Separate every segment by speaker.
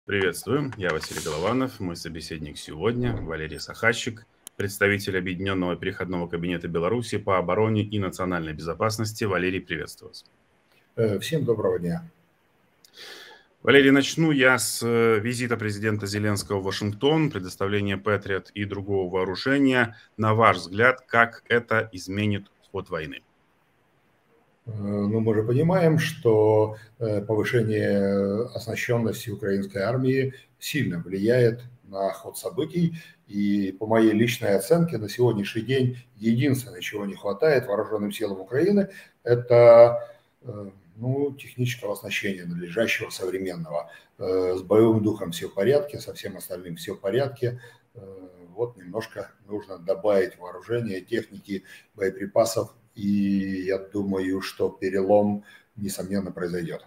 Speaker 1: Приветствую, я Василий Голованов, мой собеседник сегодня Валерий Сахащик, представитель Объединенного переходного кабинета Беларуси по обороне и национальной безопасности. Валерий, приветствую вас.
Speaker 2: Всем доброго дня.
Speaker 1: Валерий, начну я с визита президента Зеленского в Вашингтон, предоставления Патриот и другого вооружения. На ваш взгляд, как это изменит ход войны?
Speaker 2: Ну, мы же понимаем, что повышение оснащенности украинской армии сильно влияет на ход событий. И по моей личной оценке, на сегодняшний день единственное, чего не хватает вооруженным силам Украины, это технического оснащения надлежащего, современного. С боевым духом все в порядке, со всем остальным все в порядке. Вот немножко нужно добавить вооружения, техники, боеприпасов. И я думаю, что перелом, несомненно, произойдет.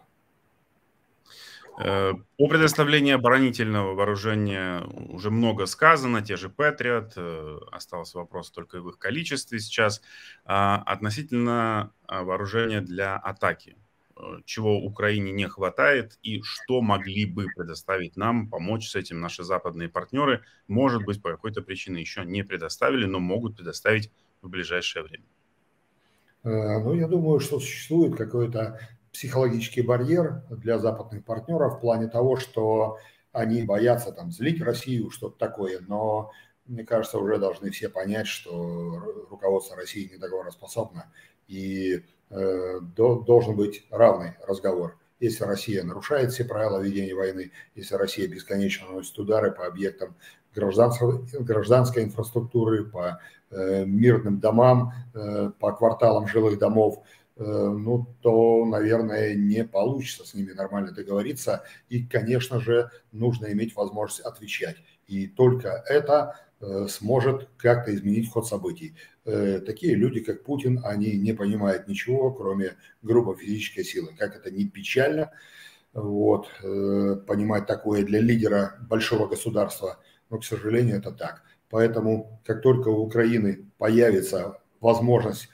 Speaker 1: О предоставлении оборонительного вооружения уже много сказано, те же Патриот, остался вопрос только в их количестве сейчас. Относительно вооружения для атаки, чего Украине не хватает и что могли бы предоставить нам, помочь с этим наши западные партнеры, может быть, по какой-то причине еще не предоставили, но могут предоставить в ближайшее время.
Speaker 2: Ну, я думаю, что существует какой-то психологический барьер для западных партнеров в плане того, что они боятся там злить Россию, что-то такое, но мне кажется, уже должны все понять, что руководство России не договороспособно, и должен быть равный разговор. Если Россия нарушает все правила ведения войны, если Россия бесконечно наносит удары по объектам гражданской инфраструктуры, по мирным домам, по кварталам жилых домов, ну, то, наверное, не получится с ними нормально договориться. И, конечно же, нужно иметь возможность отвечать. И только это сможет как-то изменить ход событий. Такие люди, как Путин, они не понимают ничего, кроме грубой физической силы. Как это ни печально, вот, понимать такое для лидера большого государства, но, к сожалению, это так. Поэтому, как только у Украины появится возможность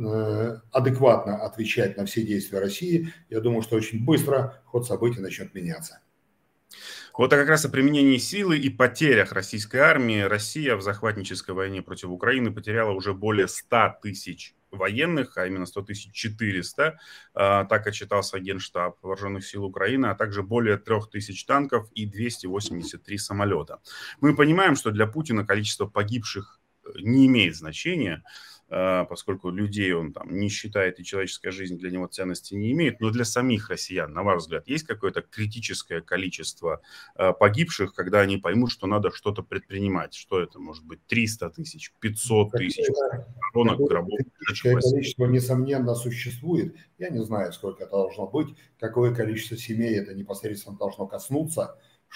Speaker 2: адекватно отвечать на все действия России, я думаю, что очень быстро ход событий начнет меняться.
Speaker 1: Вот как раз о применении силы и потерях российской армии. Россия в захватнической войне против Украины потеряла уже более 100 тысяч военных, а именно 100 400. Так отчитался Генштаб Вооруженных сил Украины, а также более 3000 танков и 283 самолета. Мы понимаем, что для Путина количество погибших не имеет значения, поскольку людей он там не считает, и человеческая жизнь для него ценности не имеет. Но для самих россиян, на ваш взгляд, есть какое-то критическое количество погибших, когда они поймут, что надо что-то предпринимать? Что это может быть? 300 тысяч, 500 тысяч воронок, гробов?
Speaker 2: Критическое количество, несомненно, существует. Я не знаю, сколько это должно быть, какое количество семей это непосредственно должно коснуться,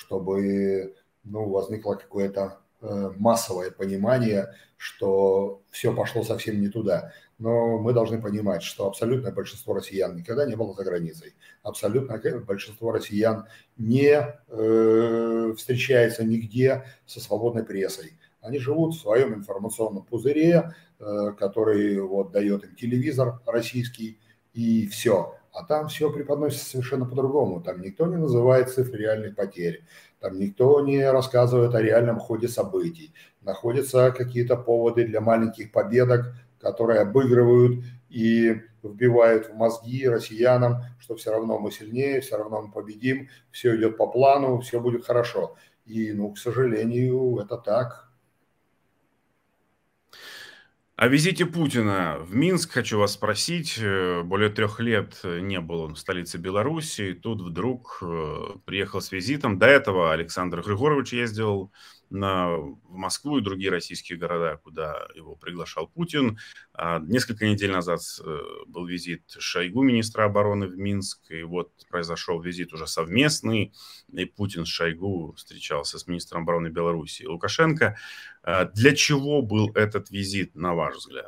Speaker 2: чтобы возникло какое-то массовое понимание, что все пошло совсем не туда. Но мы должны понимать, что абсолютное большинство россиян никогда не было за границей. Абсолютное большинство россиян не встречается нигде со свободной прессой. Они живут в своем информационном пузыре, который вот дает им телевизор российский, и все. А там все преподносится совершенно по-другому. Там никто не называет цифры реальных потерь. Там никто не рассказывает о реальном ходе событий. Находятся какие-то поводы для маленьких победок, которые обыгрывают и вбивают в мозги россиянам, что все равно мы сильнее, все равно мы победим, все идет по плану, все будет хорошо. И, к сожалению, это так.
Speaker 1: О визите Путина в Минск хочу вас спросить. Более 3 лет не был он в столице Беларуси, и тут вдруг приехал с визитом. До этого Александр Григорович ездил в Москву и другие российские города, куда его приглашал Путин. Несколько недель назад был визит Шойгу, министра обороны, в Минск, и вот произошел визит уже совместный, и Путин с Шойгу встречался с министром обороны Беларуси Лукашенко. Для чего был этот визит, на ваш взгляд?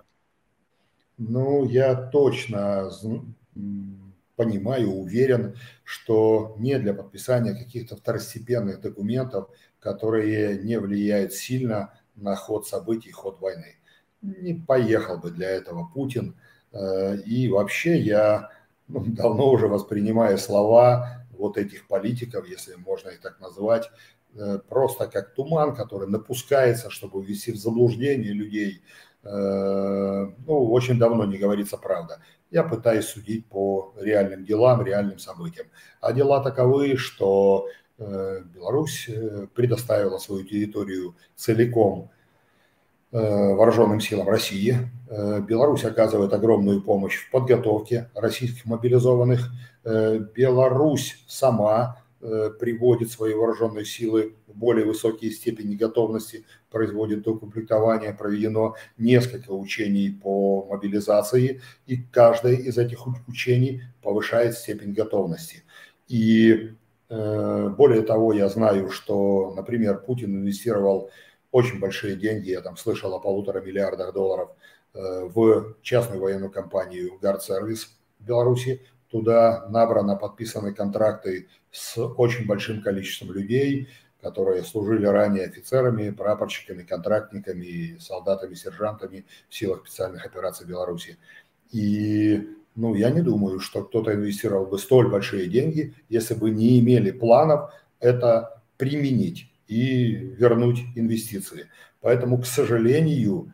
Speaker 2: Я точно понимаю, уверен, что не для подписания каких-то второстепенных документов, которые не влияют сильно на ход событий, ход войны. Не поехал бы для этого Путин. И вообще я давно уже воспринимаю слова вот этих политиков, если можно их так назвать, просто как туман, который напускается, чтобы ввести в заблуждение людей. Ну, очень давно не говорится правда. Я пытаюсь судить по реальным делам, реальным событиям. А дела таковы, что Беларусь предоставила свою территорию целиком вооруженным силам России. Беларусь оказывает огромную помощь в подготовке российских мобилизованных. Беларусь сама приводит свои вооруженные силы в более высокие степени готовности, производит доукомплектование, проведено несколько учений по мобилизации, и каждое из этих учений повышает степень готовности. И более того, я знаю, что, например, Путин инвестировал очень большие деньги, я там слышал о $1,5 миллиарда в частную военную компанию «Гардсервис» в Беларуси. Туда набрано, подписаны контракты с очень большим количеством людей, которые служили ранее офицерами, прапорщиками, контрактниками, солдатами, сержантами в силах специальных операций Беларуси. И ну, я не думаю, что кто-то инвестировал бы столь большие деньги, если бы не имели планов это применить и вернуть инвестиции. Поэтому, к сожалению,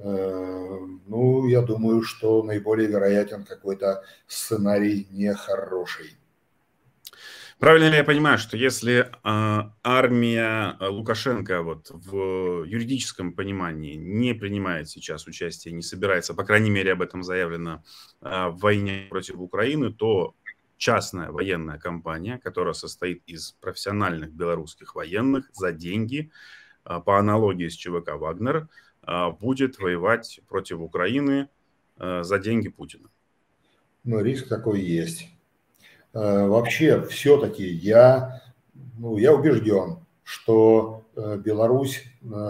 Speaker 2: ну, я думаю, что наиболее вероятен какой-то сценарий нехороший.
Speaker 1: Правильно ли я понимаю, что если армия Лукашенко вот в юридическом понимании не принимает сейчас участие, не собирается, по крайней мере, об этом заявлено в войне против Украины, то частная военная компания, которая состоит из профессиональных белорусских военных за деньги, по аналогии с ЧВК «Вагнер», будет воевать против Украины за деньги Путина?
Speaker 2: Но риск такой есть. Вообще, все-таки я убежден, что Беларусь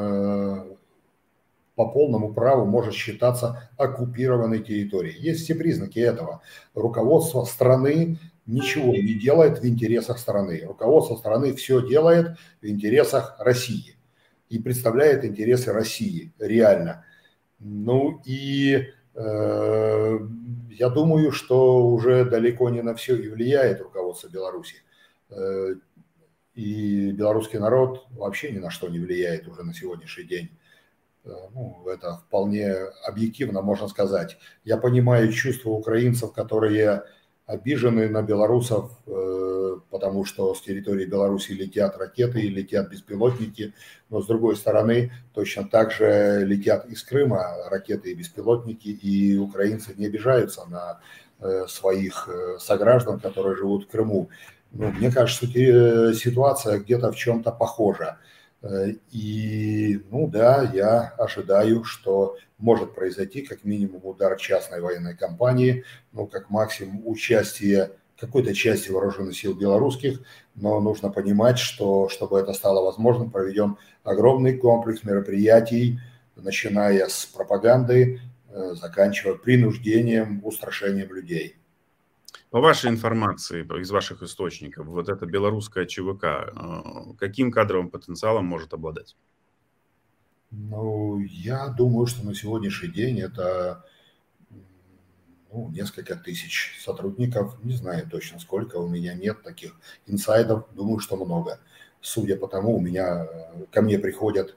Speaker 2: по полному праву может считаться оккупированной территорией. Есть все признаки этого. Руководство страны ничего не делает в интересах страны. Руководство страны все делает в интересах России и представляет интересы России реально. Ну и я думаю, что уже далеко не на все и влияет руководство Беларуси. И белорусский народ вообще ни на что не влияет уже на сегодняшний день. Ну, это вполне объективно можно сказать. Я понимаю чувства украинцев, которые обижены на белорусов, потому что с территории Беларуси летят ракеты и летят беспилотники, но с другой стороны точно так же летят из Крыма ракеты и беспилотники, и украинцы не обижаются на своих сограждан, которые живут в Крыму. Ну, мне кажется, ситуация где-то в чем-то похожа. И, ну да, я ожидаю, что может произойти как минимум удар частной военной компании, ну, как максимум участие какой-то части вооруженных сил белорусских, но нужно понимать, что, чтобы это стало возможным, проведем огромный комплекс мероприятий, начиная с пропаганды, заканчивая принуждением, устрашением людей.
Speaker 1: По вашей информации, из ваших источников, вот эта белорусская ЧВК, каким кадровым потенциалом может обладать?
Speaker 2: Ну, я думаю, что на сегодняшний день это несколько тысяч сотрудников. Не знаю точно сколько, у меня нет таких инсайдов, думаю, что много. Судя по тому, ко мне приходят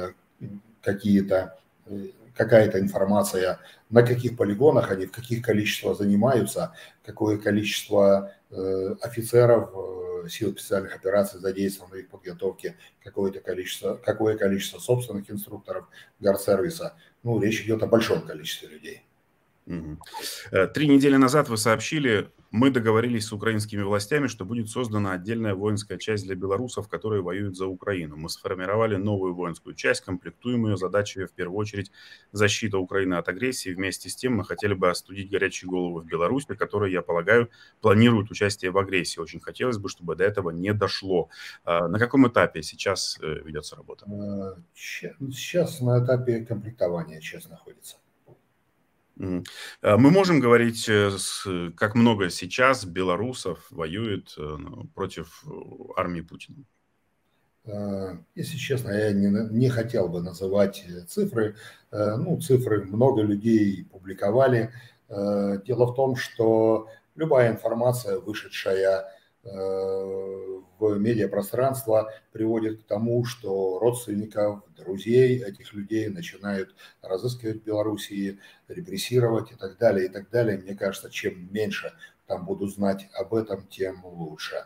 Speaker 2: какая-то информация, на каких полигонах они, в каких количествах занимаются, какое количество офицеров сил специальных операций задействовано в их подготовке, какое количество собственных инструкторов Гардсервиса. Ну, речь идет о большом количестве людей.
Speaker 1: 3 недели назад вы сообщили, мы договорились с украинскими властями, что будет создана отдельная воинская часть для белорусов, которые воюют за Украину. Мы сформировали новую воинскую часть, комплектуем ее. Задачей в первую очередь защита Украины от агрессии. Вместе с тем мы хотели бы остудить горячие головы в Беларуси, которые, я полагаю, планируют участие в агрессии. Очень хотелось бы, чтобы до этого не дошло. На каком этапе сейчас ведется работа?
Speaker 2: Сейчас на этапе комплектования сейчас находится.
Speaker 1: Мы можем говорить, как много сейчас белорусов воюет против армии Путина?
Speaker 2: Если честно, я не хотел бы называть цифры. Цифры много людей публиковали. Дело в том, что любая информация, вышедшая в медиапространство приводит к тому, что родственников, друзей этих людей начинают разыскивать в Белоруссии, репрессировать и так далее, и так далее. Мне кажется, чем меньше там будут знать об этом, тем лучше.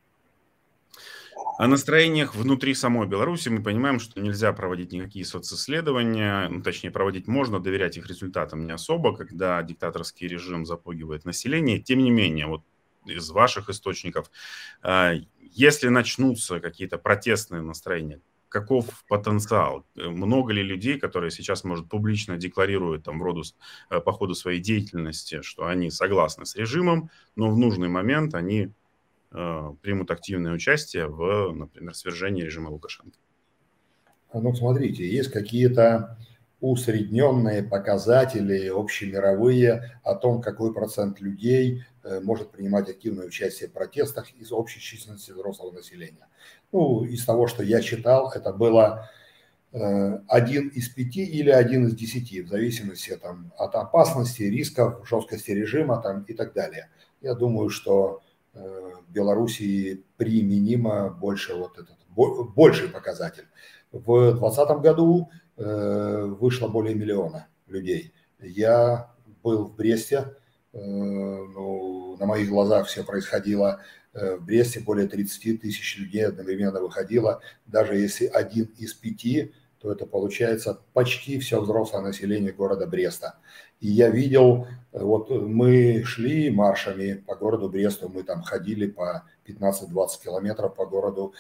Speaker 1: О настроениях внутри самой Беларуси мы понимаем, что нельзя проводить никакие социсследования, ну, точнее, проводить можно, доверять их результатам не особо, когда диктаторский режим запугивает население. Тем не менее, вот из ваших источников, если начнутся какие-то протестные настроения, каков потенциал? Много ли людей, которые сейчас, может, публично декларируют там, по ходу своей деятельности, что они согласны с режимом, но в нужный момент они примут активное участие в, например, свержении режима Лукашенко?
Speaker 2: Ну, смотрите, есть какие-то усредненные показатели общемировые о том, какой процент людей может принимать активное участие в протестах из общей численности взрослого населения. Ну, из того, что я читал, это было 1 из 5 или 1 из 10, в зависимости там, от опасности, рисков, жесткости режима там, и так далее. Я думаю, что в Белоруссии применимо больше вот этот, больший показатель. В 2020 году вышло более миллиона людей. Я был в Бресте, ну, на моих глазах все происходило. В Бресте более 30 тысяч людей одновременно выходило. Даже если 1 из 5, то это получается почти все взрослое население города Бреста. И я видел, вот мы шли маршами по городу Бресту, мы там ходили по 15-20 километров по городу,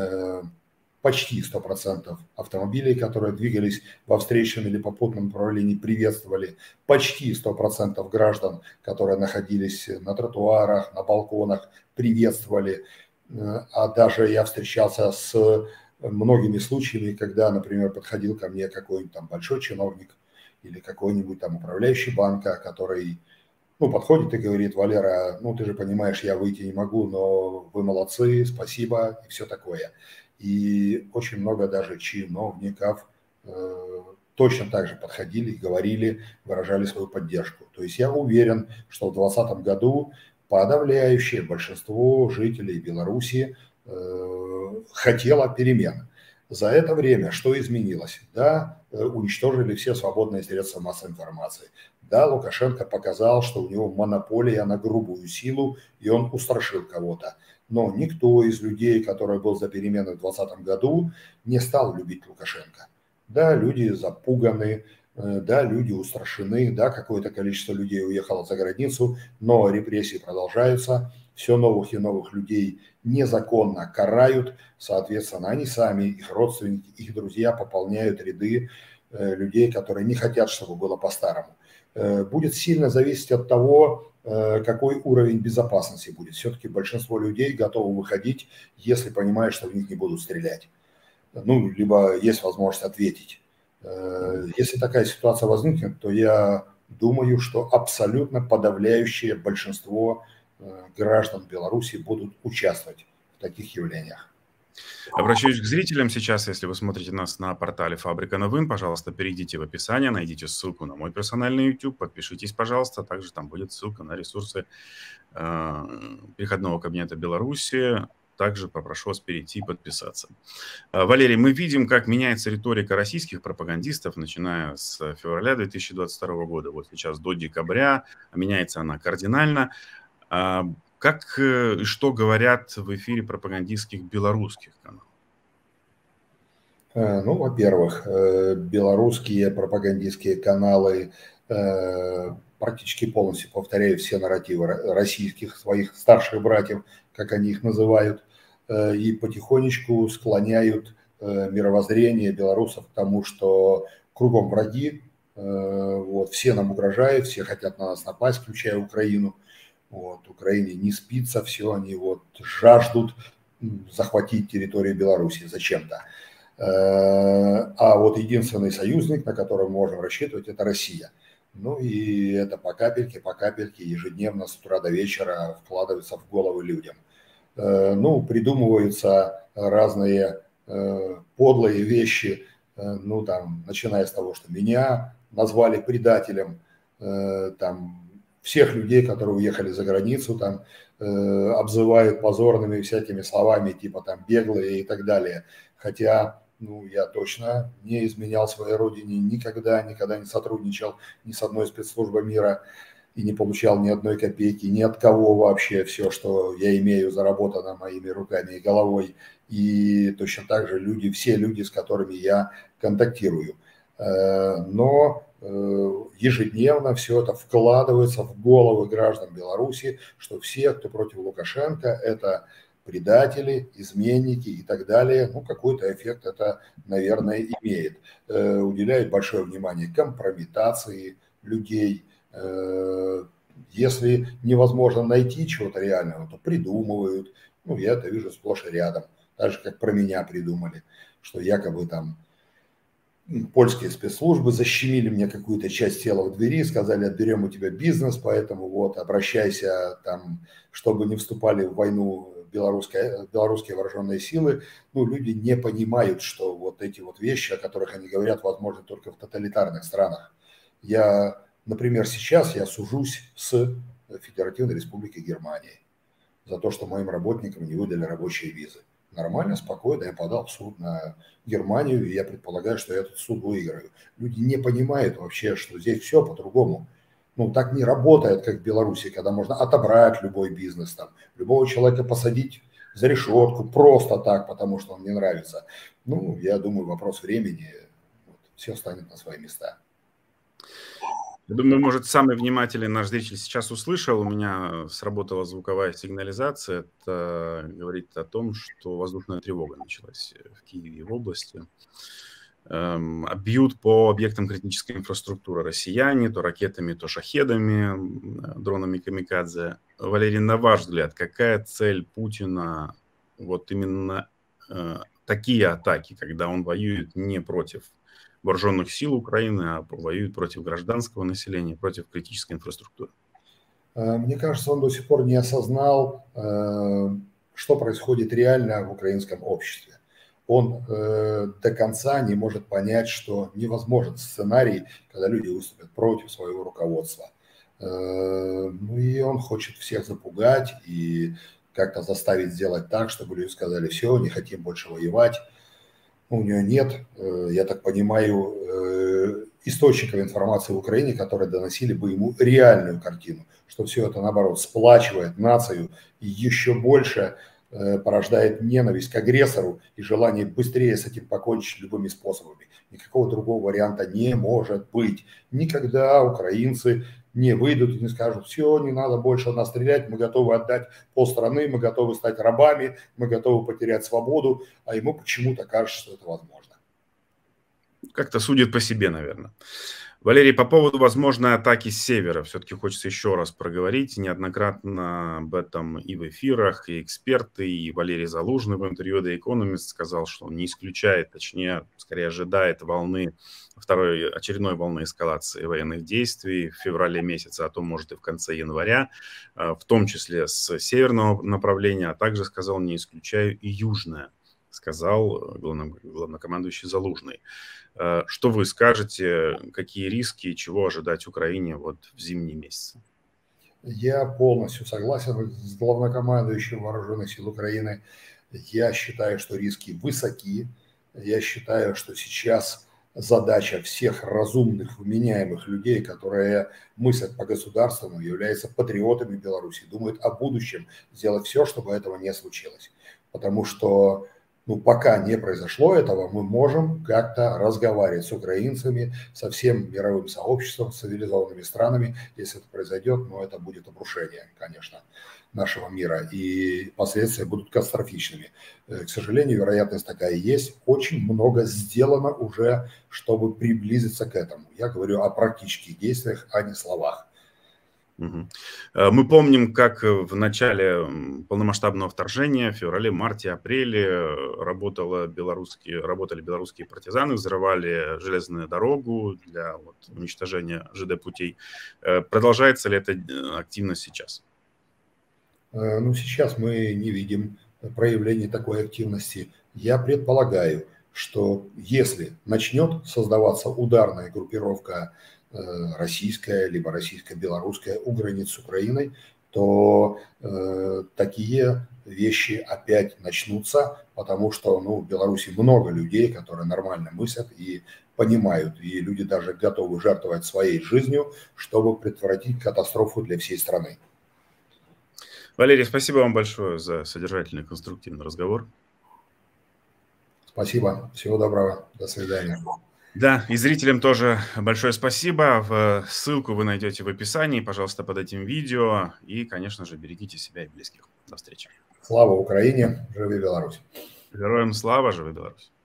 Speaker 2: почти 100% автомобилей, которые двигались во встречном или попутном направлении, приветствовали, почти 100% граждан, которые находились на тротуарах, на балконах, приветствовали. А даже я встречался с многими случаями, когда, например, подходил ко мне какой-нибудь там большой чиновник или какой-нибудь там управляющий банка, который, ну, подходит и говорит: Валера, ну, ты же понимаешь, я выйти не могу, но вы молодцы, спасибо и все такое. И очень много даже чиновников точно так же подходили, говорили, выражали свою поддержку. То есть я уверен, что в 2020 году подавляющее большинство жителей Беларуси хотело перемен. За это время что изменилось? Да, уничтожили все свободные средства массовой информации. Да, Лукашенко показал, что у него монополия на грубую силу, и он устрашил кого-то. Но никто из людей, который был за перемены в 2020 году, не стал любить Лукашенко. Да, люди запуганы, да, люди устрашены, да, какое-то количество людей уехало за границу, но репрессии продолжаются, все новых и новых людей незаконно карают, соответственно, они сами, их родственники, их друзья пополняют ряды людей, которые не хотят, чтобы было по-старому. Будет сильно зависеть от того, какой уровень безопасности будет. Все-таки большинство людей готовы выходить, если понимают, что в них не будут стрелять. Ну, либо есть возможность ответить. Если такая ситуация возникнет, то я думаю, что абсолютно подавляющее большинство граждан Беларуси будут участвовать в таких явлениях.
Speaker 1: Обращаюсь к зрителям сейчас. Если вы смотрите нас на портале «Фабрика новин», пожалуйста, перейдите в описание, найдите ссылку на мой персональный YouTube, подпишитесь, пожалуйста. Также там будет ссылка на ресурсы переходного кабинета Беларуси. Также попрошу вас перейти и подписаться. Валерий, мы видим, как меняется риторика российских пропагандистов, начиная с февраля 2022 года. Вот сейчас до декабря. Меняется она кардинально. Как и что говорят в эфире пропагандистских белорусских каналов?
Speaker 2: Ну, во-первых, белорусские пропагандистские каналы практически полностью повторяют все нарративы российских своих старших братьев, как они их называют, и потихонечку склоняют мировоззрение белорусов к тому, что кругом враги, вот, все нам угрожают, все хотят на нас напасть, включая Украину. Вот, Украине не спится, все, они вот жаждут захватить территорию Беларуси зачем-то. А вот единственный союзник, на которого мы можем рассчитывать, это Россия. Ну и это по капельке, ежедневно с утра до вечера вкладывается в головы людям. Ну, придумываются разные подлые вещи, ну там, начиная с того, что меня назвали предателем, там, всех людей, которые уехали за границу, там, обзывают позорными всякими словами, типа там беглые и так далее. Хотя, ну, я точно не изменял своей родине никогда не сотрудничал ни с одной спецслужбой мира и не получал ни одной копейки, ни от кого вообще. Все, что я имею, заработано моими руками и головой. И точно так же все люди, с которыми я контактирую. Но ежедневно все это вкладывается в головы граждан Беларуси, что все, кто против Лукашенко, это предатели, изменники и так далее. Ну, какой-то эффект это, наверное, имеет. Уделяют большое внимание компрометации людей. Если невозможно найти чего-то реального, то придумывают. Ну, я это вижу сплошь и рядом. Так же, как про меня придумали, что якобы там польские спецслужбы защемили мне какую-то часть тела в двери, сказали, отберем у тебя бизнес, поэтому вот обращайся там, чтобы не вступали в войну белорусские вооруженные силы. Ну, люди не понимают, что вот эти вот вещи, о которых они говорят, возможны только в тоталитарных странах. Например, сейчас я сужусь с Федеративной Республикой Германии за то, что моим работникам не выдали рабочие визы. Нормально, спокойно, я подал в суд на Германию, и я предполагаю, что я этот суд выиграю. Люди не понимают вообще, что здесь все по-другому. Ну, так не работает, как в Беларуси, когда можно отобрать любой бизнес, там, любого человека посадить за решетку просто так, потому что он не нравится. Ну, я думаю, вопрос времени, вот, все станет на свои места.
Speaker 1: Я думаю, может, самый внимательный наш зритель сейчас услышал. У меня сработала звуковая сигнализация. Это говорит о том, что воздушная тревога началась в Киеве и в области. Бьют по объектам критической инфраструктуры россияне, то ракетами, то шахедами, дронами камикадзе. Валерий, на ваш взгляд, какая цель Путина вот именно такие атаки, когда он воюет не против вооруженных сил Украины, а воюют против гражданского населения, против критической инфраструктуры?
Speaker 2: Мне кажется, он до сих пор не осознал, что происходит реально в украинском обществе. Он до конца не может понять, что невозможен сценарий, когда люди выступят против своего руководства. Ну и он хочет всех запугать и как-то заставить сделать так, чтобы люди сказали, все, не хотим больше воевать. У него нет, я так понимаю, источников информации в Украине, которые доносили бы ему реальную картину, что все это, наоборот, сплачивает нацию и еще больше порождает ненависть к агрессору и желание быстрее с этим покончить любыми способами. Никакого другого варианта не может быть. Никогда украинцы не выйдут и не скажут, все, не надо больше нас стрелять, мы готовы отдать полстраны, мы готовы стать рабами, мы готовы потерять свободу, а ему почему-то кажется, что это возможно.
Speaker 1: Как-то судит по себе, наверное. Валерий, по поводу возможной атаки с севера, все-таки хочется еще раз проговорить. Неоднократно об этом и в эфирах, и эксперты, и Валерий Залужный в интервью The Economist сказал, что он не исключает, точнее, скорее ожидает очередной волны эскалации военных действий в феврале месяце, а то, может, и в конце января, в том числе с северного направления, а также сказал, не исключаю и южное, сказал главнокомандующий Залужный. Что вы скажете, какие риски и чего ожидать Украине вот в зимние месяцы?
Speaker 2: Я полностью согласен с главнокомандующим Вооруженных сил Украины. Я считаю, что риски высоки. Я считаю, что сейчас задача всех разумных, вменяемых людей, которые мыслят по-государственному, являются патриотами Беларуси, думают о будущем, сделать все, чтобы этого не случилось. Потому что пока не произошло этого, мы можем как-то разговаривать с украинцами, со всем мировым сообществом, с цивилизованными странами. Если это произойдет, это будет обрушение, конечно, нашего мира, и последствия будут катастрофичными. К сожалению, вероятность такая есть. Очень много сделано уже, чтобы приблизиться к этому. Я говорю о практических действиях, а не словах.
Speaker 1: Мы помним, как в начале полномасштабного вторжения, в феврале, марте, апреле работали белорусские партизаны, взрывали железную дорогу для уничтожения ЖД-путей. Продолжается ли эта активность сейчас?
Speaker 2: Сейчас мы не видим проявления такой активности. Я предполагаю, что если начнет создаваться ударная группировка российская, либо российско-белорусская у границ с Украиной, то такие вещи опять начнутся, потому что в Беларуси много людей, которые нормально мыслят и понимают, и люди даже готовы жертвовать своей жизнью, чтобы предотвратить катастрофу для всей страны.
Speaker 1: Валерий, спасибо вам большое за содержательный, конструктивный разговор.
Speaker 2: Спасибо. Всего доброго. До свидания.
Speaker 1: Да, и зрителям тоже большое спасибо. Ссылку вы найдете в описании, пожалуйста, под этим видео. И, конечно же, берегите себя и близких. До встречи.
Speaker 2: Слава Украине! Живи Беларусь!
Speaker 1: Героям слава! Живи Беларусь!